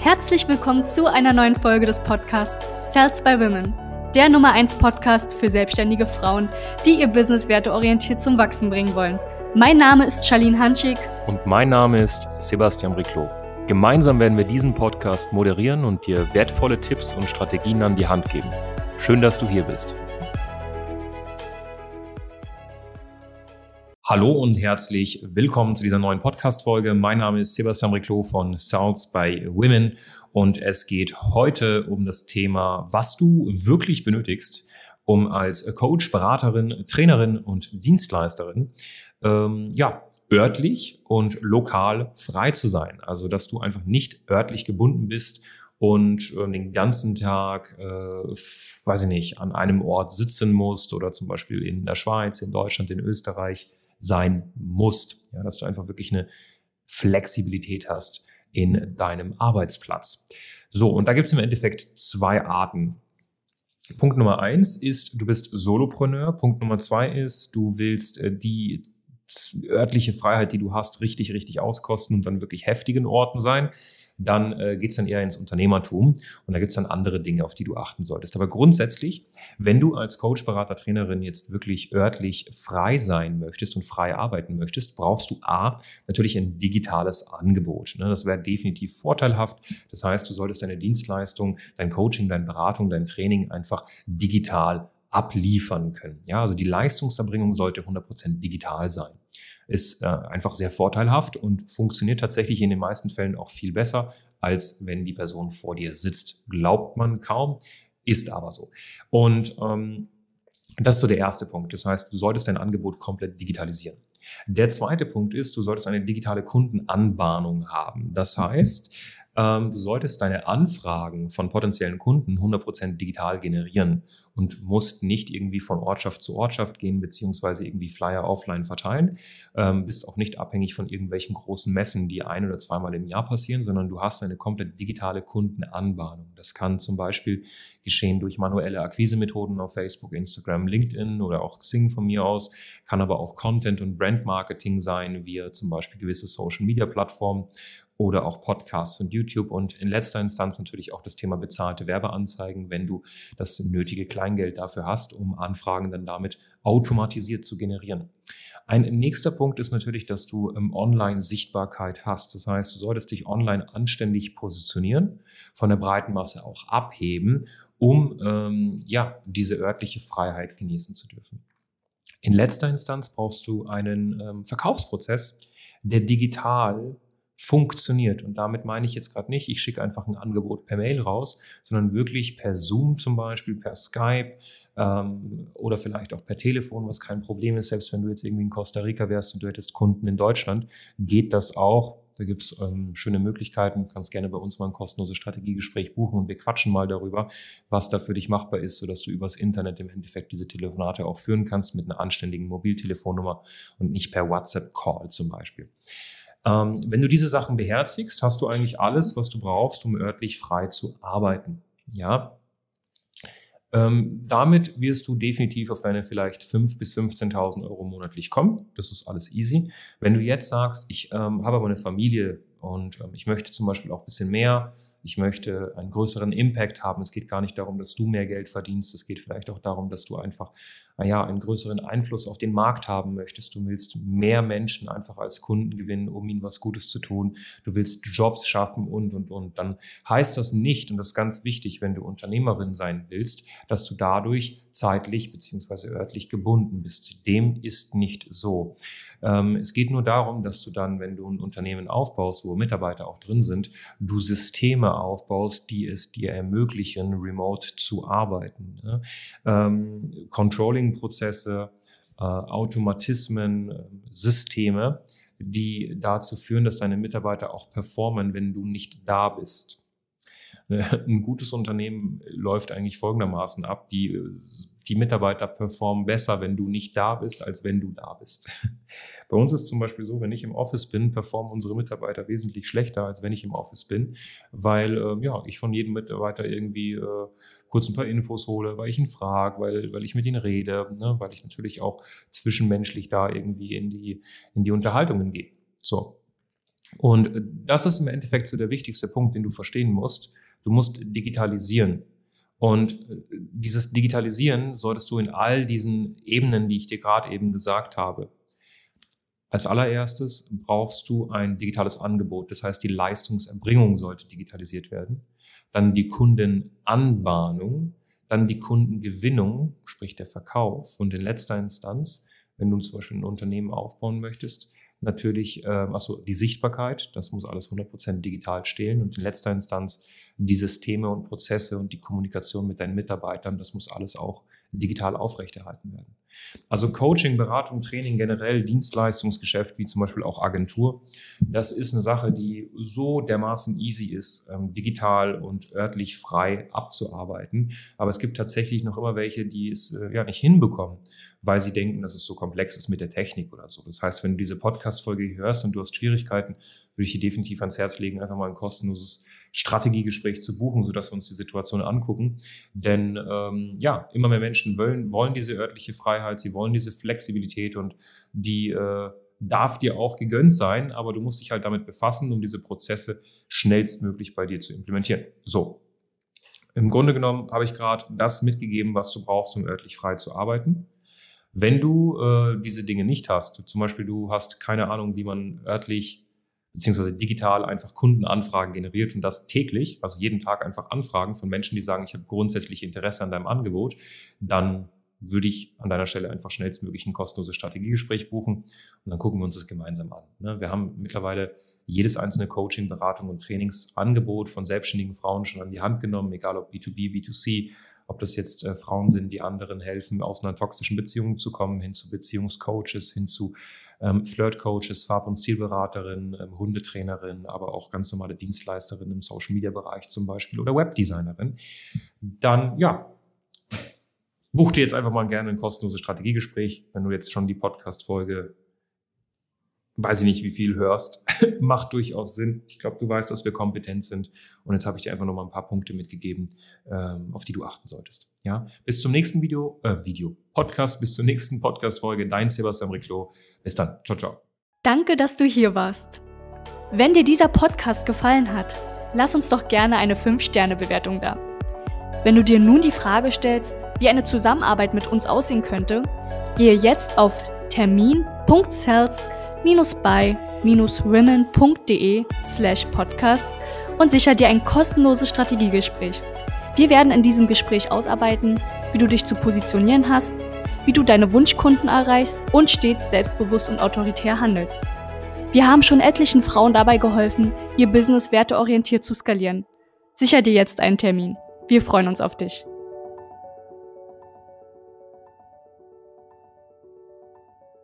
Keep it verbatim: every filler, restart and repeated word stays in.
Herzlich willkommen zu einer neuen Folge des Podcasts Sales by Women, der Nummer eins Podcast für selbstständige Frauen, die ihr Business werteorientiert zum Wachsen bringen wollen. Mein Name ist Charlene Hanschig. Und mein Name ist Sebastian Briclot. Gemeinsam werden wir diesen Podcast moderieren und dir wertvolle Tipps und Strategien an die Hand geben. Schön, dass du hier bist. Hallo und herzlich willkommen zu dieser neuen Podcast-Folge. Mein Name ist Sebastian Briclot von Sales by Women und es geht heute um das Thema, was du wirklich benötigst, um als Coach, Beraterin, Trainerin und Dienstleisterin ähm, ja, örtlich und lokal frei zu sein. Also, dass du einfach nicht örtlich gebunden bist und äh, den ganzen Tag, äh, weiß ich nicht, an einem Ort sitzen musst oder zum Beispiel in der Schweiz, in Deutschland, in Österreich sein musst. Ja, dass du einfach wirklich eine Flexibilität hast in deinem Arbeitsplatz. So, und da gibt es im Endeffekt zwei Arten. Punkt Nummer eins ist, du bist Solopreneur. Punkt Nummer zwei ist, du willst äh, die örtliche Freiheit, die du hast, richtig, richtig auskosten und dann wirklich heftigen Orten sein. Dann äh, geht's dann eher ins Unternehmertum und da gibt's dann andere Dinge, auf die du achten solltest. Aber grundsätzlich, wenn du als Coach, Berater, Trainerin jetzt wirklich örtlich frei sein möchtest und frei arbeiten möchtest, brauchst du A, natürlich ein digitales Angebot. Ne? Das wäre definitiv vorteilhaft. Das heißt, du solltest deine Dienstleistung, dein Coaching, deine Beratung, dein Training einfach digital abliefern können. Ja, also die Leistungserbringung sollte hundert Prozent digital sein. Ist äh, einfach sehr vorteilhaft und funktioniert tatsächlich in den meisten Fällen auch viel besser, als wenn die Person vor dir sitzt. Glaubt man kaum, ist aber so. Und ähm, das ist so der erste Punkt. Das heißt, du solltest dein Angebot komplett digitalisieren. Der zweite Punkt ist, du solltest eine digitale Kundenanbahnung haben. Das heißt, ähm, du solltest deine Anfragen von potenziellen Kunden hundert Prozent digital generieren und musst nicht irgendwie von Ortschaft zu Ortschaft gehen, beziehungsweise irgendwie Flyer offline verteilen. Ähm, bist auch nicht abhängig von irgendwelchen großen Messen, die ein- oder zweimal im Jahr passieren, sondern du hast eine komplett digitale Kundenanbahnung. Das kann zum Beispiel geschehen durch manuelle Akquisemethoden auf Facebook, Instagram, LinkedIn oder auch Xing von mir aus. Kann aber auch Content- und Brandmarketing sein, wie zum Beispiel gewisse Social-Media-Plattformen oder auch Podcasts und YouTube und in letzter Instanz natürlich auch das Thema bezahlte Werbeanzeigen, wenn du das nötige Kleingeld dafür hast, um Anfragen dann damit automatisiert zu generieren. Ein nächster Punkt ist natürlich, dass du ähm, Online-Sichtbarkeit hast. Das heißt, du solltest dich online anständig positionieren, von der breiten Masse auch abheben, um ähm, ja diese örtliche Freiheit genießen zu dürfen. In letzter Instanz brauchst du einen ähm, Verkaufsprozess, der digital funktioniert. Und damit meine ich jetzt gerade nicht, ich schicke einfach ein Angebot per Mail raus, sondern wirklich per Zoom zum Beispiel, per Skype ähm, oder vielleicht auch per Telefon, was kein Problem ist. Selbst wenn du jetzt irgendwie in Costa Rica wärst und du hättest Kunden in Deutschland, geht das auch. Da gibt's ähm, schöne Möglichkeiten. Du kannst gerne bei uns mal ein kostenloses Strategiegespräch buchen und wir quatschen mal darüber, was da für dich machbar ist, sodass du übers Internet im Endeffekt diese Telefonate auch führen kannst mit einer anständigen Mobiltelefonnummer und nicht per WhatsApp-Call zum Beispiel. Ähm, wenn du diese Sachen beherzigst, hast du eigentlich alles, was du brauchst, um örtlich frei zu arbeiten. Ja, ähm, damit wirst du definitiv auf deine vielleicht fünftausend bis fünfzehntausend Euro monatlich kommen. Das ist alles easy. Wenn du jetzt sagst, ich ähm, habe aber eine Familie und ähm, ich möchte zum Beispiel auch ein bisschen mehr, ich möchte einen größeren Impact haben. Es geht gar nicht darum, dass du mehr Geld verdienst. Es geht vielleicht auch darum, dass du einfach, naja, einen größeren Einfluss auf den Markt haben möchtest. Du willst mehr Menschen einfach als Kunden gewinnen, um ihnen was Gutes zu tun. Du willst Jobs schaffen und, und, und. Dann heißt das nicht, und das ist ganz wichtig, wenn du Unternehmerin sein willst, dass du dadurch zeitlich beziehungsweise örtlich gebunden bist. Dem ist nicht so. Ähm, es geht nur darum, dass du dann, wenn du ein Unternehmen aufbaust, wo Mitarbeiter auch drin sind, du Systeme aufbaust, die es dir ermöglichen, remote zu arbeiten. Ne? Ähm, Controlling-Prozesse, äh, Automatismen, äh, Systeme, die dazu führen, dass deine Mitarbeiter auch performen, wenn du nicht da bist. Ein gutes Unternehmen läuft eigentlich folgendermaßen ab. Die, die Mitarbeiter performen besser, wenn du nicht da bist, als wenn du da bist. Bei uns ist zum Beispiel so, wenn ich im Office bin, performen unsere Mitarbeiter wesentlich schlechter, als wenn ich im Office bin, weil äh, ja, ich von jedem Mitarbeiter irgendwie äh, kurz ein paar Infos hole, weil ich ihn frage, weil, weil ich mit ihnen rede, ne, weil ich natürlich auch zwischenmenschlich da irgendwie in die, in die Unterhaltungen gehe. So. Und das ist im Endeffekt so der wichtigste Punkt, den du verstehen musst. Du musst digitalisieren. Und dieses Digitalisieren solltest du in all diesen Ebenen, die ich dir gerade eben gesagt habe. Als allererstes brauchst du ein digitales Angebot. Das heißt, die Leistungserbringung sollte digitalisiert werden. Dann die Kundenanbahnung, dann die Kundengewinnung, sprich der Verkauf. Und in letzter Instanz, wenn du zum Beispiel ein Unternehmen aufbauen möchtest, natürlich, äh, achso, die Sichtbarkeit, das muss alles hundert Prozent digital stehen. Und in letzter Instanz die Systeme und Prozesse und die Kommunikation mit deinen Mitarbeitern, das muss alles auch digital aufrechterhalten werden. Also Coaching, Beratung, Training, generell Dienstleistungsgeschäft, wie zum Beispiel auch Agentur, das ist eine Sache, die so dermaßen easy ist, ähm, digital und örtlich frei abzuarbeiten. Aber es gibt tatsächlich noch immer welche, die es äh, ja nicht hinbekommen, weil sie denken, dass es so komplex ist mit der Technik oder so. Das heißt, wenn du diese Podcast-Folge hier hörst und du hast Schwierigkeiten, würde ich dir definitiv ans Herz legen, einfach mal ein kostenloses Strategiegespräch zu buchen, sodass wir uns die Situation angucken. Denn ähm, ja, immer mehr Menschen wollen, wollen diese örtliche Freiheit, sie wollen diese Flexibilität und die äh, darf dir auch gegönnt sein, aber du musst dich halt damit befassen, um diese Prozesse schnellstmöglich bei dir zu implementieren. So, im Grunde genommen habe ich gerade das mitgegeben, was du brauchst, um örtlich frei zu arbeiten. Wenn du äh, diese Dinge nicht hast, zum Beispiel du hast keine Ahnung, wie man örtlich beziehungsweise digital einfach Kundenanfragen generiert und das täglich, also jeden Tag einfach Anfragen von Menschen, die sagen, ich habe grundsätzlich Interesse an deinem Angebot, dann würde ich an deiner Stelle einfach schnellstmöglich ein kostenloses Strategiegespräch buchen und dann gucken wir uns das gemeinsam an. Wir haben mittlerweile jedes einzelne Coaching, Beratung und Trainingsangebot von selbstständigen Frauen schon an die Hand genommen, egal ob B zwei B, B zwei C, ob das jetzt äh, Frauen sind, die anderen helfen, aus einer toxischen Beziehung zu kommen, hin zu Beziehungscoaches, hin zu ähm, Flirtcoaches, Farb- und Stilberaterinnen, ähm, Hundetrainerinnen, aber auch ganz normale Dienstleisterinnen im Social-Media-Bereich zum Beispiel oder Webdesignerin. Dann, ja, buch dir jetzt einfach mal gerne ein kostenloses Strategiegespräch, wenn du jetzt schon die Podcast-Folge, weiß ich nicht, wie viel hörst, macht durchaus Sinn. Ich glaube, du weißt, dass wir kompetent sind. Und jetzt habe ich dir einfach noch mal ein paar Punkte mitgegeben, ähm, auf die du achten solltest. Ja, bis zum nächsten Video, äh, Video, Podcast, bis zur nächsten Podcast-Folge. Dein Sebastian Riclo. Bis dann. Ciao, ciao. Danke, dass du hier warst. Wenn dir dieser Podcast gefallen hat, lass uns doch gerne eine fünf Sterne Bewertung da. Wenn du dir nun die Frage stellst, wie eine Zusammenarbeit mit uns aussehen könnte, gehe jetzt auf termin punkt sales by women punkt de slash podcast und sicher dir ein kostenloses Strategiegespräch. Wir werden in diesem Gespräch ausarbeiten, wie du dich zu positionieren hast, wie du deine Wunschkunden erreichst und stets selbstbewusst und autoritär handelst. Wir haben schon etlichen Frauen dabei geholfen, ihr Business werteorientiert zu skalieren. Sicher dir jetzt einen Termin. Wir freuen uns auf dich.